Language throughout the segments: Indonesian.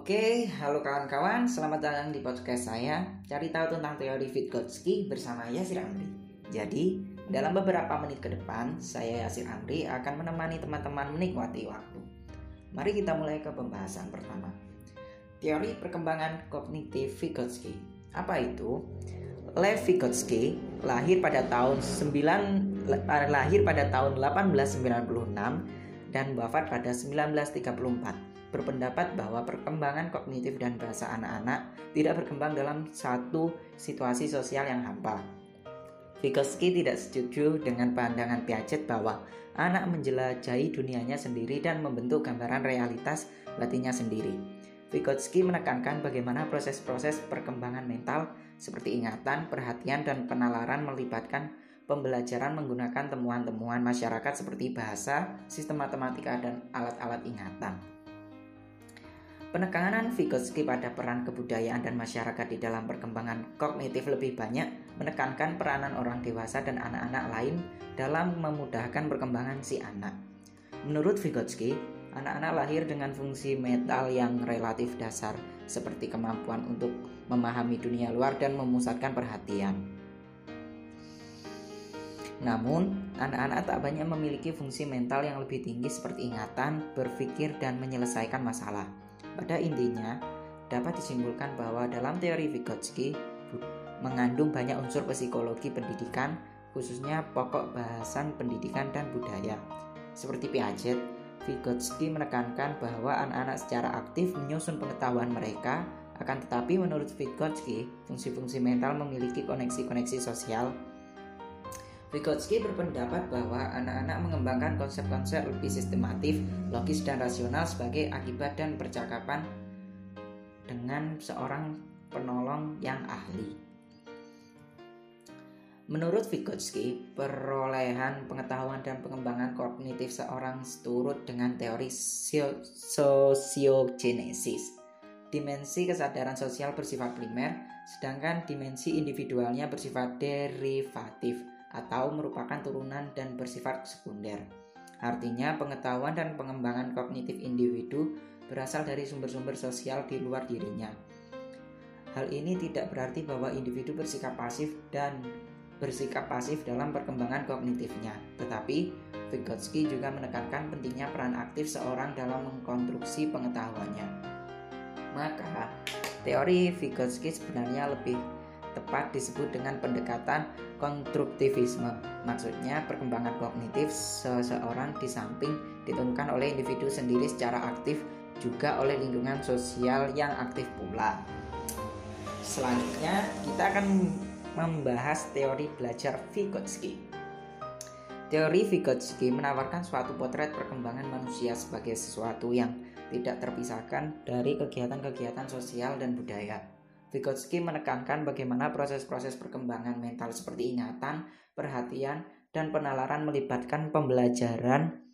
Oke, halo kawan-kawan, selamat datang di podcast saya. Cari tahu tentang teori Vygotsky bersama Yasir Amri. Jadi, dalam beberapa menit ke depan, saya Yasir Amri akan menemani teman-teman menikmati waktu. Mari kita mulai ke pembahasan pertama. Teori perkembangan kognitif Vygotsky. Apa itu? Lev Vygotsky lahir pada tahun 1896 dan wafat pada 1934. Berpendapat bahwa perkembangan kognitif dan bahasa anak-anak tidak berkembang dalam satu situasi sosial yang hampa. Vygotsky tidak setuju dengan pandangan Piaget bahwa anak menjelajahi dunianya sendiri dan membentuk gambaran realitas batinnya sendiri. Vygotsky menekankan bagaimana proses-proses perkembangan mental seperti ingatan, perhatian, dan penalaran melibatkan pembelajaran menggunakan temuan-temuan masyarakat seperti bahasa, sistem matematika, dan alat-alat ingatan. Penekanan Vygotsky pada peran kebudayaan dan masyarakat di dalam perkembangan kognitif lebih banyak menekankan peranan orang dewasa dan anak-anak lain dalam memudahkan perkembangan si anak. Menurut Vygotsky, anak-anak lahir dengan fungsi mental yang relatif dasar seperti kemampuan untuk memahami dunia luar dan memusatkan perhatian. Namun, anak-anak tak banyak memiliki fungsi mental yang lebih tinggi seperti ingatan, berpikir, dan menyelesaikan masalah. Pada intinya, dapat disimpulkan bahwa dalam teori Vygotsky mengandung banyak unsur psikologi pendidikan, khususnya pokok bahasan pendidikan dan budaya. Seperti Piaget, Vygotsky menekankan bahwa anak-anak secara aktif menyusun pengetahuan mereka, akan tetapi menurut Vygotsky, fungsi-fungsi mental memiliki koneksi-koneksi sosial. Vygotsky berpendapat bahwa anak-anak mengembangkan konsep-konsep lebih sistematif, logis, dan rasional sebagai akibat dan percakapan dengan seorang penolong yang ahli. Menurut Vygotsky, perolehan pengetahuan dan pengembangan kognitif seorang seturut dengan teori sosiogenesis. Dimensi kesadaran sosial bersifat primer, sedangkan dimensi individualnya bersifat derivatif atau merupakan turunan dan bersifat sekunder. Artinya, pengetahuan dan pengembangan kognitif individu berasal dari sumber-sumber sosial di luar dirinya. Hal ini tidak berarti bahwa individu bersikap pasif dalam perkembangan kognitifnya, tetapi Vygotsky juga menekankan pentingnya peran aktif seorang dalam mengkonstruksi pengetahuannya. Maka, teori Vygotsky sebenarnya lebih tepat disebut dengan pendekatan konstruktivisme. Maksudnya, perkembangan kognitif seseorang di samping ditentukan oleh individu sendiri secara aktif, juga oleh lingkungan sosial yang aktif pula. Selanjutnya, kita akan membahas teori belajar Vygotsky. Teori Vygotsky menawarkan suatu potret perkembangan manusia sebagai sesuatu yang tidak terpisahkan dari kegiatan-kegiatan sosial dan budaya. Vygotsky menekankan bagaimana proses-proses perkembangan mental seperti ingatan, perhatian, dan penalaran melibatkan pembelajaran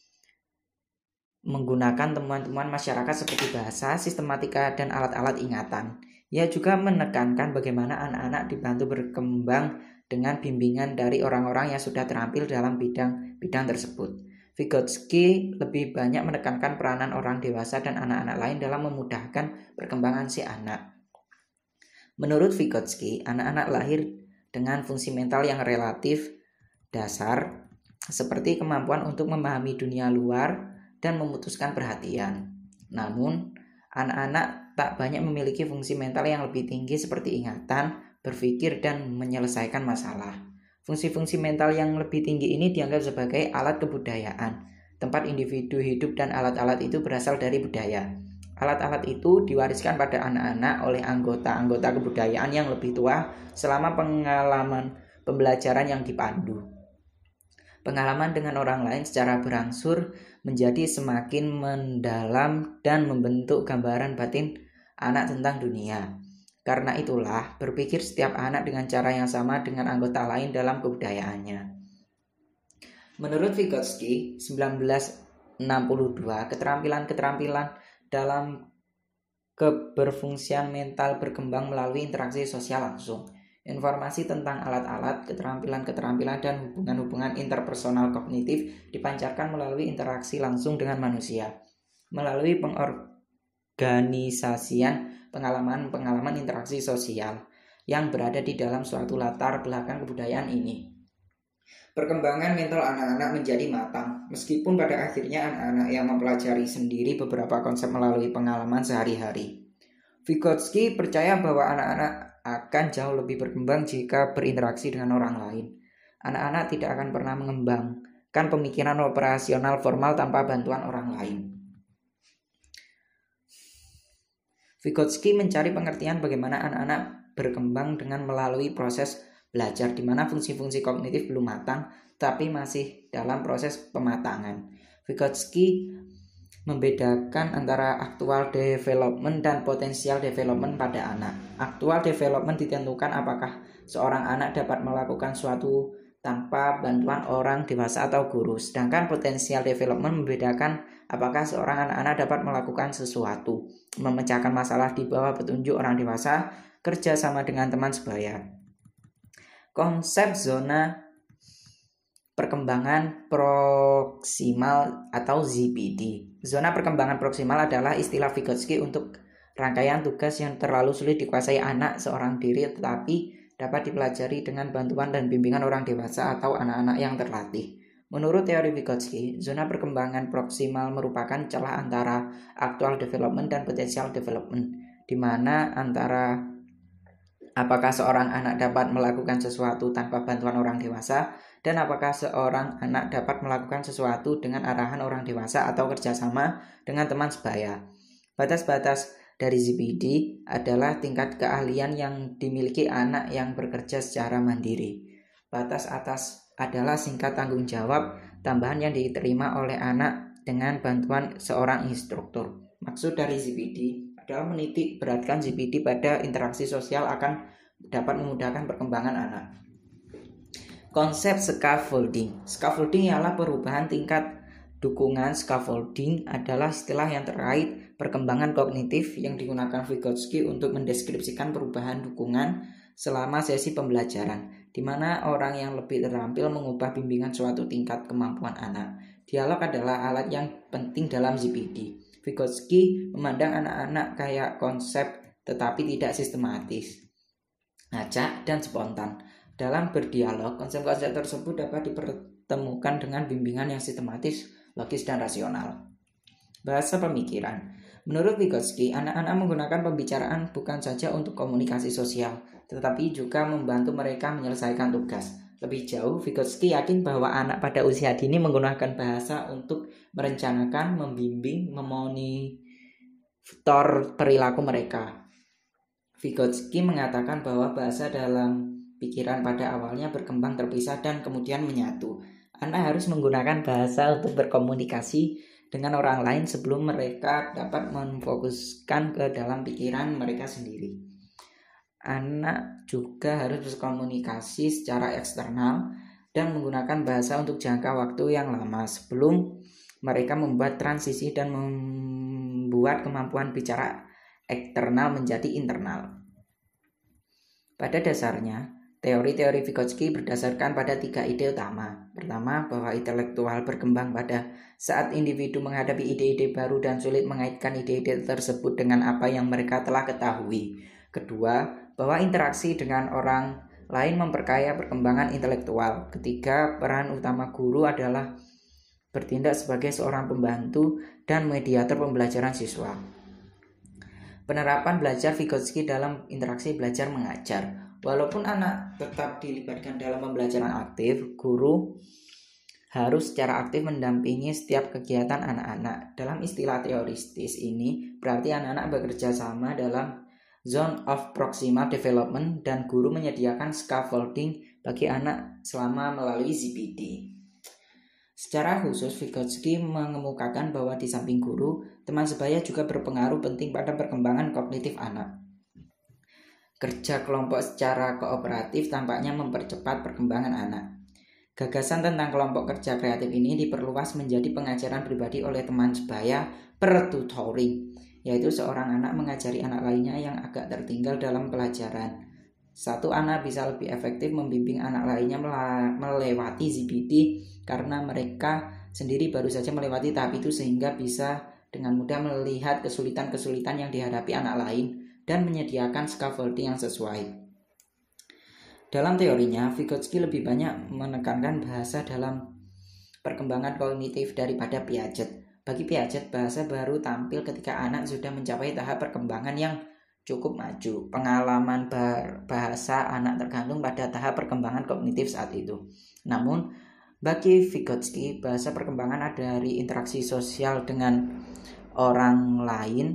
menggunakan temuan-temuan masyarakat seperti bahasa, sistematika, dan alat-alat ingatan. Ia juga menekankan bagaimana anak-anak dibantu berkembang dengan bimbingan dari orang-orang yang sudah terampil dalam bidang tersebut. Vygotsky lebih banyak menekankan peranan orang dewasa dan anak-anak lain dalam memudahkan perkembangan si anak. Menurut Vygotsky, anak-anak lahir dengan fungsi mental yang relatif dasar, seperti kemampuan untuk memahami dunia luar dan memutuskan perhatian. Namun, anak-anak tak banyak memiliki fungsi mental yang lebih tinggi seperti ingatan, berpikir, dan menyelesaikan masalah. Fungsi-fungsi mental yang lebih tinggi ini dianggap sebagai alat kebudayaan. Tempat individu hidup dan alat-alat itu berasal dari budaya. Alat-alat itu diwariskan pada anak-anak oleh anggota-anggota kebudayaan yang lebih tua selama pengalaman pembelajaran yang dipandu. Pengalaman dengan orang lain secara berangsur menjadi semakin mendalam dan membentuk gambaran batin anak tentang dunia. Karena itulah, berpikir setiap anak dengan cara yang sama dengan anggota lain dalam kebudayaannya. Menurut Vygotsky, 1962, keterampilan-keterampilan dalam keberfungsian mental berkembang melalui interaksi sosial langsung. Informasi tentang alat-alat, keterampilan-keterampilan, dan hubungan-hubungan interpersonal kognitif dipancarkan melalui interaksi langsung dengan manusia. Melalui pengorganisasian pengalaman-pengalaman interaksi sosial yang berada di dalam suatu latar belakang kebudayaan ini. Perkembangan mental anak-anak menjadi matang, meskipun pada akhirnya anak-anak yang mempelajari sendiri beberapa konsep melalui pengalaman sehari-hari. Vygotsky percaya bahwa anak-anak akan jauh lebih berkembang jika berinteraksi dengan orang lain. Anak-anak tidak akan pernah mengembangkan pemikiran operasional formal tanpa bantuan orang lain. Vygotsky mencari pengertian bagaimana anak-anak berkembang dengan melalui proses belajar di mana fungsi-fungsi kognitif belum matang tapi masih dalam proses pematangan. Vygotsky membedakan antara actual development dan potensial development pada anak. Actual development ditentukan apakah seorang anak dapat melakukan suatu tanpa bantuan orang dewasa atau guru. Sedangkan potensial development membedakan apakah seorang anak-anak dapat melakukan sesuatu, memecahkan masalah di bawah petunjuk orang dewasa, kerja sama dengan teman sebaya. Konsep zona perkembangan proksimal atau ZPD. Zona perkembangan proksimal adalah istilah Vygotsky untuk rangkaian tugas yang terlalu sulit dikuasai anak seorang diri tetapi dapat dipelajari dengan bantuan dan bimbingan orang dewasa atau anak-anak yang terlatih. Menurut teori Vygotsky, zona perkembangan proksimal merupakan celah antara actual development dan potential development, di mana antara apakah seorang anak dapat melakukan sesuatu tanpa bantuan orang dewasa, dan apakah seorang anak dapat melakukan sesuatu dengan arahan orang dewasa atau kerjasama dengan teman sebaya. Batas-batas dari ZPD adalah tingkat keahlian yang dimiliki anak yang bekerja secara mandiri. Batas atas adalah singkat tanggung jawab tambahan yang diterima oleh anak dengan bantuan seorang instruktur. Maksud dari ZPD adalah menitik beratkan ZPD pada interaksi sosial akan dapat memudahkan perkembangan anak. Konsep scaffolding. Scaffolding ialah perubahan tingkat dukungan. Scaffolding adalah istilah yang terkait perkembangan kognitif yang digunakan Vygotsky untuk mendeskripsikan perubahan dukungan selama sesi pembelajaran, di mana orang yang lebih terampil mengubah bimbingan suatu tingkat kemampuan anak. Dialog adalah alat yang penting dalam ZPD. Vygotsky memandang anak-anak kayak konsep tetapi tidak sistematis, acak dan spontan. Dalam berdialog, konsep-konsep tersebut dapat dipertemukan dengan bimbingan yang sistematis, logis, dan rasional. Bahasa pemikiran. Menurut Vygotsky, anak-anak menggunakan pembicaraan bukan saja untuk komunikasi sosial, tetapi juga membantu mereka menyelesaikan tugas. Lebih jauh, Vygotsky yakin bahwa anak pada usia dini menggunakan bahasa untuk merencanakan, membimbing, memonitor perilaku mereka. Vygotsky mengatakan bahwa bahasa dalam pikiran pada awalnya berkembang terpisah dan kemudian menyatu. Anak harus menggunakan bahasa untuk berkomunikasi dengan orang lain sebelum mereka dapat memfokuskan ke dalam pikiran mereka sendiri. Anak juga harus berkomunikasi secara eksternal dan menggunakan bahasa untuk jangka waktu yang lama sebelum mereka membuat transisi dan membuat kemampuan bicara eksternal menjadi internal. Pada dasarnya, teori-teori Vygotsky berdasarkan pada 3 ide utama. Pertama, bahwa intelektual berkembang pada saat individu menghadapi ide-ide baru dan sulit mengaitkan ide-ide tersebut dengan apa yang mereka telah ketahui. Kedua, bahwa interaksi dengan orang lain memperkaya perkembangan intelektual. Ketiga, peran utama guru adalah bertindak sebagai seorang pembantu dan mediator pembelajaran siswa. Penerapan belajar Vygotsky dalam interaksi belajar mengajar. Walaupun anak tetap dilibatkan dalam pembelajaran aktif, guru harus secara aktif mendampingi setiap kegiatan anak-anak. Dalam istilah teoristis ini, berarti anak-anak bekerja sama dalam zone of proximal development dan guru menyediakan scaffolding bagi anak selama melalui ZPD. Secara khusus, Vygotsky mengemukakan bahwa di samping guru, teman sebaya juga berpengaruh penting pada perkembangan kognitif anak. Kerja kelompok secara kooperatif tampaknya mempercepat perkembangan anak. Gagasan tentang kelompok kerja kreatif ini diperluas menjadi pengajaran pribadi oleh teman sebaya per tutoring, yaitu seorang anak mengajari anak lainnya yang agak tertinggal dalam pelajaran. Satu anak bisa lebih efektif membimbing anak lainnya melewati ZPD karena mereka sendiri baru saja melewati tahap itu sehingga bisa dengan mudah melihat kesulitan-kesulitan yang dihadapi anak lain dan menyediakan scaffolding yang sesuai. Dalam teorinya, Vygotsky lebih banyak menekankan bahasa dalam perkembangan kognitif daripada Piaget. Bagi Piaget, bahasa baru tampil ketika anak sudah mencapai tahap perkembangan yang cukup maju. Pengalaman bahasa anak tergantung pada tahap perkembangan kognitif saat itu. Namun, bagi Vygotsky, bahasa perkembangan dari interaksi sosial dengan orang lain.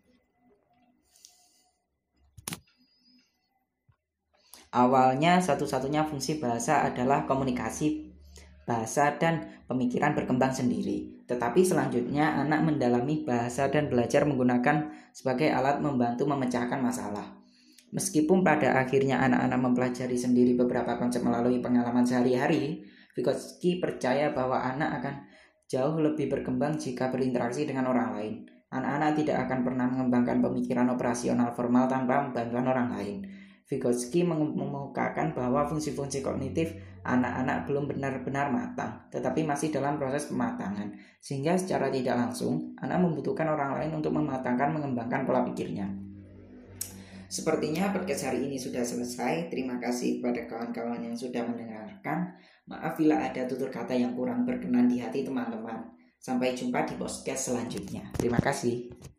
Awalnya satu-satunya fungsi bahasa adalah komunikasi. Bahasa dan pemikiran berkembang sendiri. Tetapi selanjutnya anak mendalami bahasa dan belajar menggunakan sebagai alat membantu memecahkan masalah. Meskipun pada akhirnya anak-anak mempelajari sendiri beberapa konsep melalui pengalaman sehari-hari, Vygotsky percaya bahwa anak akan jauh lebih berkembang jika berinteraksi dengan orang lain. Anak-anak tidak akan pernah mengembangkan pemikiran operasional formal tanpa bantuan orang lain. Vygotsky mengemukakan bahwa fungsi-fungsi kognitif anak-anak belum benar-benar matang, tetapi masih dalam proses pematangan, sehingga secara tidak langsung anak membutuhkan orang lain untuk mematangkan mengembangkan pola pikirnya. Sepertinya podcast hari ini sudah selesai. Terima kasih kepada kawan-kawan yang sudah mendengarkan. Maaf bila ada tutur kata yang kurang berkenan di hati teman-teman. Sampai jumpa di podcast selanjutnya. Terima kasih.